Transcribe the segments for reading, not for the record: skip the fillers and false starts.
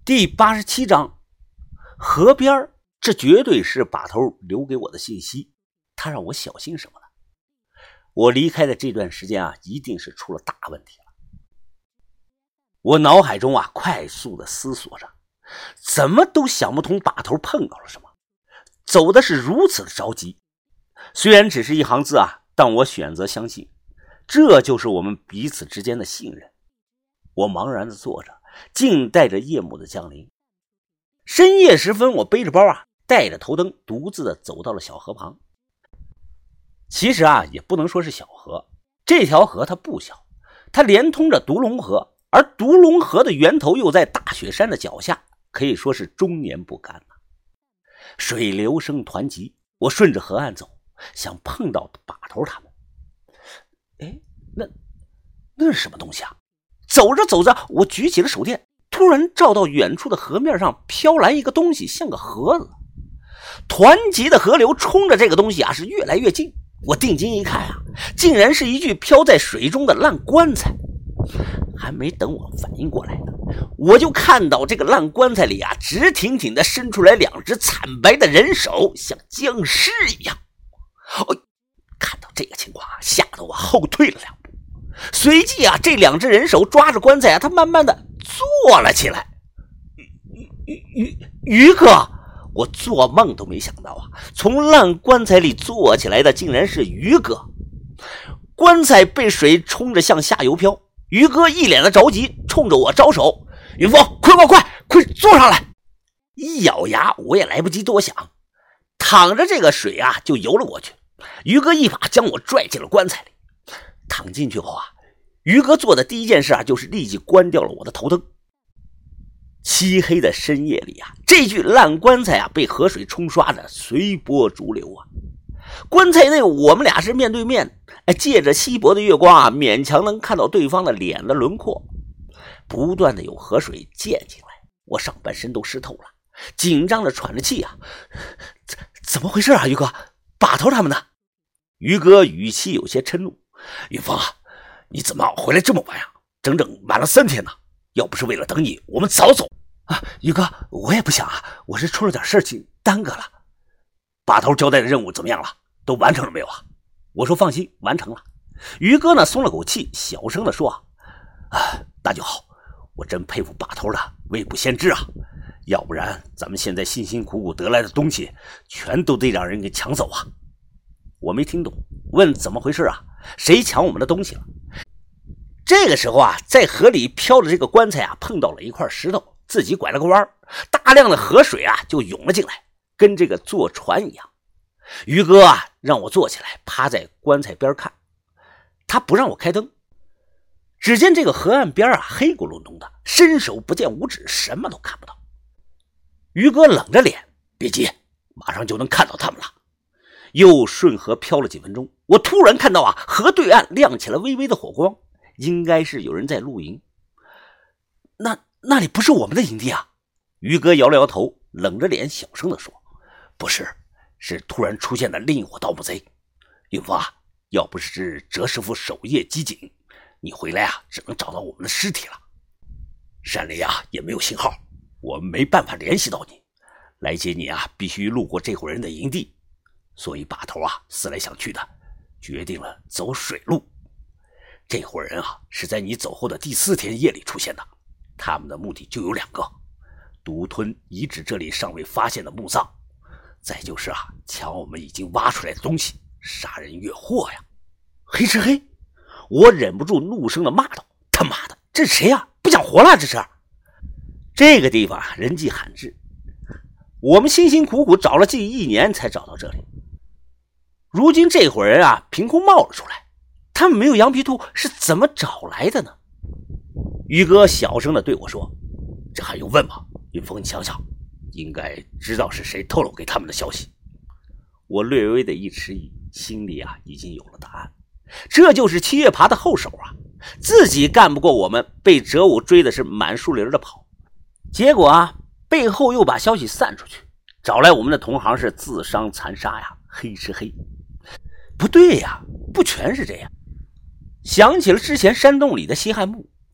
第87章，河边，这绝对是把头留给我的信息，他让我小心什么呢？我离开的这段时间啊，一定是出了大问题了。我脑海中啊，快速的思索着，怎么都想不通把头碰到了什么，走的是如此的着急。虽然只是一行字啊，但我选择相信，这就是我们彼此之间的信任。我茫然的坐着，静待着夜幕的降临。深夜时分，我背着包啊，带着头灯，独自的走到了小河旁。其实啊，也不能说是小河，这条河它不小，它连通着独龙河，而独龙河的源头又在大雪山的脚下，可以说是终年不干了。水流声湍急，我顺着河岸走，想碰到把头他们。哎，那是什么东西啊？走着走着，我举起了手电，突然照到远处的河面上飘来一个东西，像个盒子。湍急的河流冲着这个东西啊，是越来越近。我定睛一看啊，竟然是一具飘在水中的烂棺材。还没等我反应过来呢，我就看到这个烂棺材里啊，直挺挺的伸出来两只惨白的人手，像僵尸一样。看到这个情况啊，吓得我后退了2步。随即啊，这两只人手抓着棺材啊，他慢慢的坐了起来。于哥，我做梦都没想到啊，从烂棺材里坐起来的竟然是于哥。棺材被水冲着向下游飘，于哥一脸的着急，冲着我招手：“云峰，快坐上来！”一咬牙，我也来不及多想，淌着这个水啊，就游了过去。于哥一把将我拽进了棺材里。躺进去后啊，于哥做的第一件事啊，就是立即关掉了我的头灯。漆黑的深夜里啊，这具烂棺材啊，被河水冲刷着随波逐流啊。棺材内我们俩是面对面，借着稀薄的月光啊，勉强能看到对方的脸的轮廓。不断的有河水溅进来，我上半身都湿透了，紧张的喘着气啊。怎么回事啊，于哥？把头他们呢？于哥语气有些嗔怒：“云峰啊，你怎么回来这么晚呀？整整晚了3天呢。要不是为了等你，我们早走啊！”“于哥，我也不想啊，我是出了点事情耽搁了。”“把头交代的任务怎么样了？都完成了没有啊？”我说：“放心，完成了。”于哥呢松了口气，小声的说：“那就好，我真佩服把头的未卜先知啊，要不然咱们现在辛辛苦苦得来的东西全都得让人给抢走啊。”我没听懂，问怎么回事啊？谁抢我们的东西了？这个时候啊，在河里飘的这个棺材啊，碰到了一块石头，自己拐了个弯，大量的河水啊就涌了进来，跟这个坐船一样。于哥啊让我坐起来，趴在棺材边看，他不让我开灯。只见这个河岸边啊，黑咕隆咚的，伸手不见五指，什么都看不到。于哥冷着脸：“别急，马上就能看到他们了。”又顺河飘了几分钟，我突然看到啊，河对岸亮起了微微的火光，应该是有人在露营。那里不是我们的营地啊？于哥摇了摇头，冷着脸小声地说：“不是，是突然出现的另一伙盗墓贼。云峰啊，要不是哲师傅守夜机警，你回来啊，只能找到我们的尸体了。山里啊也没有信号，我们没办法联系到你。来接你啊，必须路过这伙人的营地。所以把头啊思来想去的，决定了走水路。这伙人啊是在你走后的第4天夜里出现的，他们的目的就有2个：独吞遗址这里尚未发现的墓葬，再就是啊抢我们已经挖出来的东西，杀人越货呀！”“黑吃黑！”我忍不住怒声的骂道：“他妈的，这是谁呀？不想活了这是！”这个地方啊人迹罕至，我们辛辛苦苦找了近1年才找到这里。如今这伙人啊凭空冒了出来，他们没有羊皮兔是怎么找来的呢？于哥小声的对我说：“这还用问吗？云峰，你想想，应该知道是谁透露给他们的消息。”我略微的一迟疑，心里啊已经有了答案，这就是七月爬的后手啊，自己干不过我们，被哲武追的是满树林的跑，结果啊背后又把消息散出去，找来我们的同行是自伤残杀呀，黑吃黑。不对呀，不全是这样。想起了之前山洞里的西汉墓，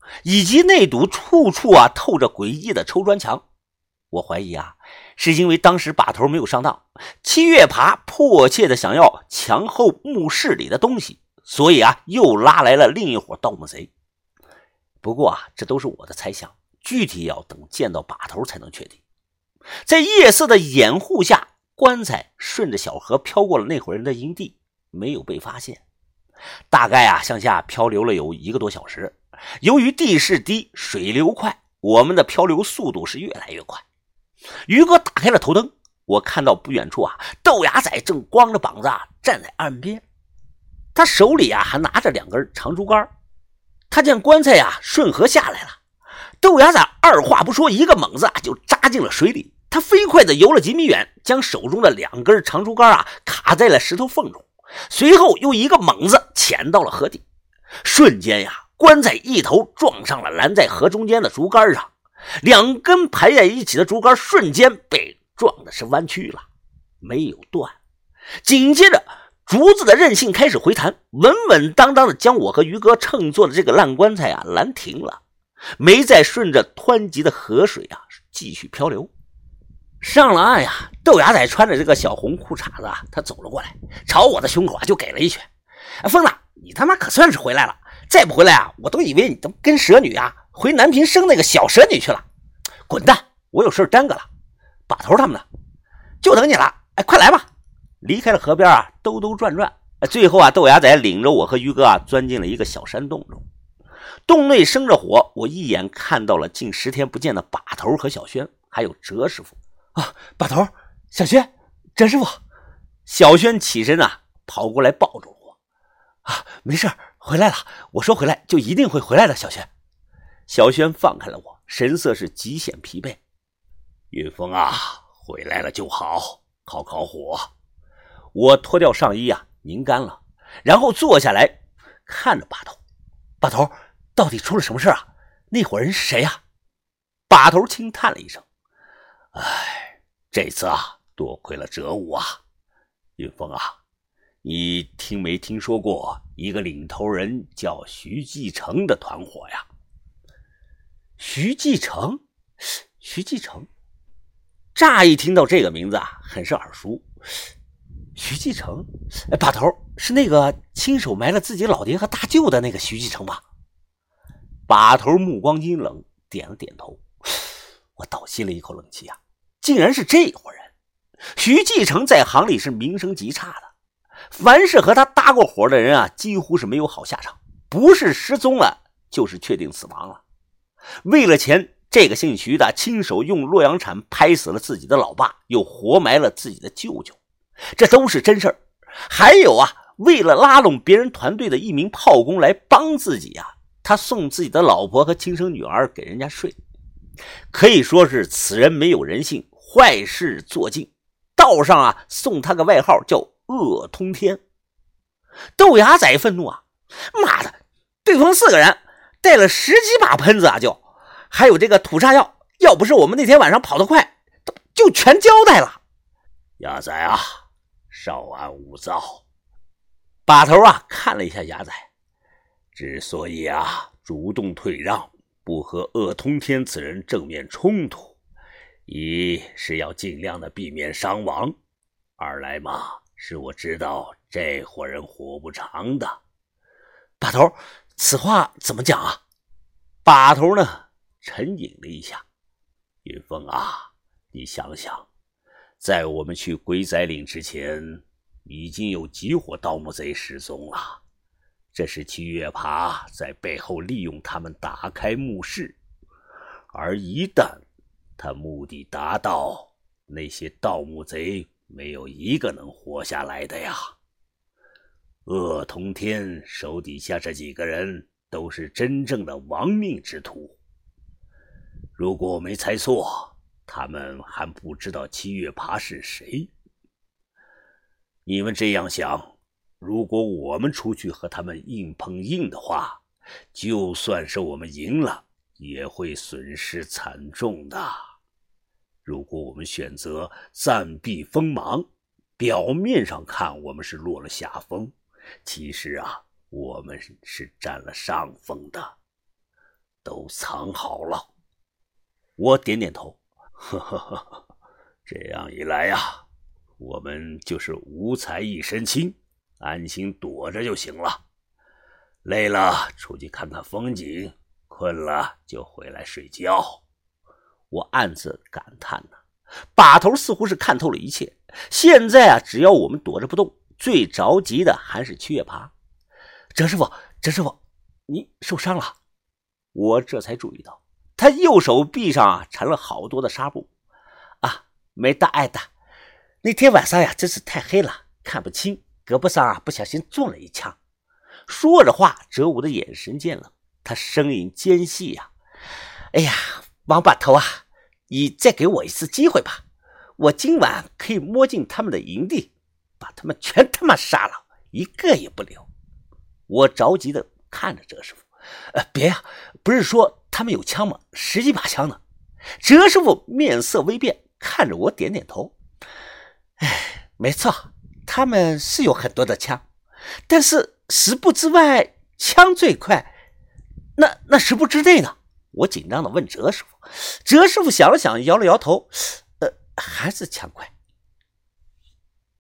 以及那堵处处透着诡异的抽砖墙。我怀疑是因为当时把头没有上当，七月爬迫切的想要墙后墓室里的东西，所以又拉来了另一伙盗墓贼。不过这都是我的猜想，具体要等见到把头才能确定。在夜色的掩护下，棺材顺着小河飘过了那伙人的营地，没有被发现。大概向下漂流了有1个多小时，由于地势低，水流快，我们的漂流速度是越来越快。于哥打开了头灯，我看到不远处豆芽仔正光着膀子站在岸边，他手里还拿着2根长竹竿。他见棺材顺河下来了，豆芽仔二话不说，一个猛子就扎进了水里。他飞快地游了几米远，将手中的2根长竹竿卡在了石头缝中，随后又一个猛子潜到了河底。瞬间棺材一头撞上了拦在河中间的竹竿上，2根排在一起的竹竿瞬间被撞的是弯曲了，没有断。紧接着竹子的韧性开始回弹，稳稳当当的将我和于哥乘坐的这个烂棺材拦停了，没再顺着湍急的河水继续漂流。上了岸豆芽仔穿着这个小红裤衩子他走了过来，朝我的胸口就给了一拳。疯子，你他妈可算是回来了，再不回来我都以为你都跟蛇女回南平生那个小蛇女去了。滚蛋，我有事耽搁了。把头他们呢？就等你了，快来吧。离开了河边兜兜转转，最后豆芽仔领着我和于哥钻进了一个小山洞中。洞内生着火，我一眼看到了近10天不见的把头和小轩，还有哲师傅。把头，小轩，哲师傅。小轩起身跑过来抱住我。没事，回来了，我说回来就一定会回来的，小轩。小轩放开了我，神色是极显疲惫。 云峰回来了就好，烤火。 我脱掉上衣拧干了，然后坐下来看着把头。把头，到底出了什么事那伙人是谁把头轻叹了一声。 这次多亏了哲武云峰你听没听说过一个领头人叫徐继成的团伙呀？ 徐继成，乍一听到这个名字很是耳熟。徐继成，把头，是那个亲手埋了自己老爹和大舅的那个徐继成吧？把头目光阴冷，点了点头。我倒吸了一口冷气竟然是这伙人。徐继成在行里是名声极差的，凡是和他搭过伙的人几乎是没有好下场，不是失踪了就是确定死亡了。为了钱，这个姓徐的亲手用洛阳铲拍死了自己的老爸，又活埋了自己的舅舅，这都是真事儿。还有为了拉拢别人团队的一名炮工来帮自己他送自己的老婆和亲生女儿给人家睡。可以说是此人没有人性，坏事做尽。道上送他个外号叫恶通天。豆芽仔愤怒妈的，对方4个人带了10几把喷子还有这个土炸药，要不是我们那天晚上跑得快，就全交代了。 牙仔稍安勿躁。 把头看了一下牙仔， 之所以主动退让，不和恶通天此人正面冲突，一是要尽量的避免伤亡，二来是我知道这伙人活不长的。 把头，此话怎么讲把头呢沉吟了一下。 云峰你想想，在我们去鬼仔岭之前，已经有几伙盗墓贼失踪了。这是七月爬在背后利用他们打开墓室，而一旦他目的达到，那些盗墓贼没有一个能活下来的呀。恶通天手底下这几个人都是真正的亡命之徒，如果我没猜错，他们还不知道七月爬是谁。你们这样想，如果我们出去和他们硬碰硬的话，就算是我们赢了，也会损失惨重的。如果我们选择暂避锋芒，表面上看我们是落了下风，其实我们是占了上风的。 都藏好了。我点点头，呵呵呵，这样一来呀，我们就是无财一身轻，安心躲着就行了。累了出去看看风景，困了就回来睡觉。 我暗自感叹呢，把头似乎是看透了一切。现在啊，只要我们躲着不动，最着急的还是七月爬。哲师傅，你受伤了？我这才注意到，他右手臂上缠了好多的纱布。啊，没大碍的。那天晚上呀，真是太黑了，看不清，胳膊上啊不小心中了一枪。说着话，哲武的眼神渐冷，他声音尖细呀：“哎呀，王把头啊，你再给我一次机会吧，我今晚可以摸进他们的营地，把他们全他妈杀了，一个也不留。”我着急的看着哲师傅，别呀，不是说他们有枪吗？10几把枪呢。哲师傅面色微变，看着我点点头。没错，他们是有很多的枪，但是10步之外枪最快。那10步之内呢？我紧张的问哲师傅。哲师傅想了想，摇了摇头，还是枪快。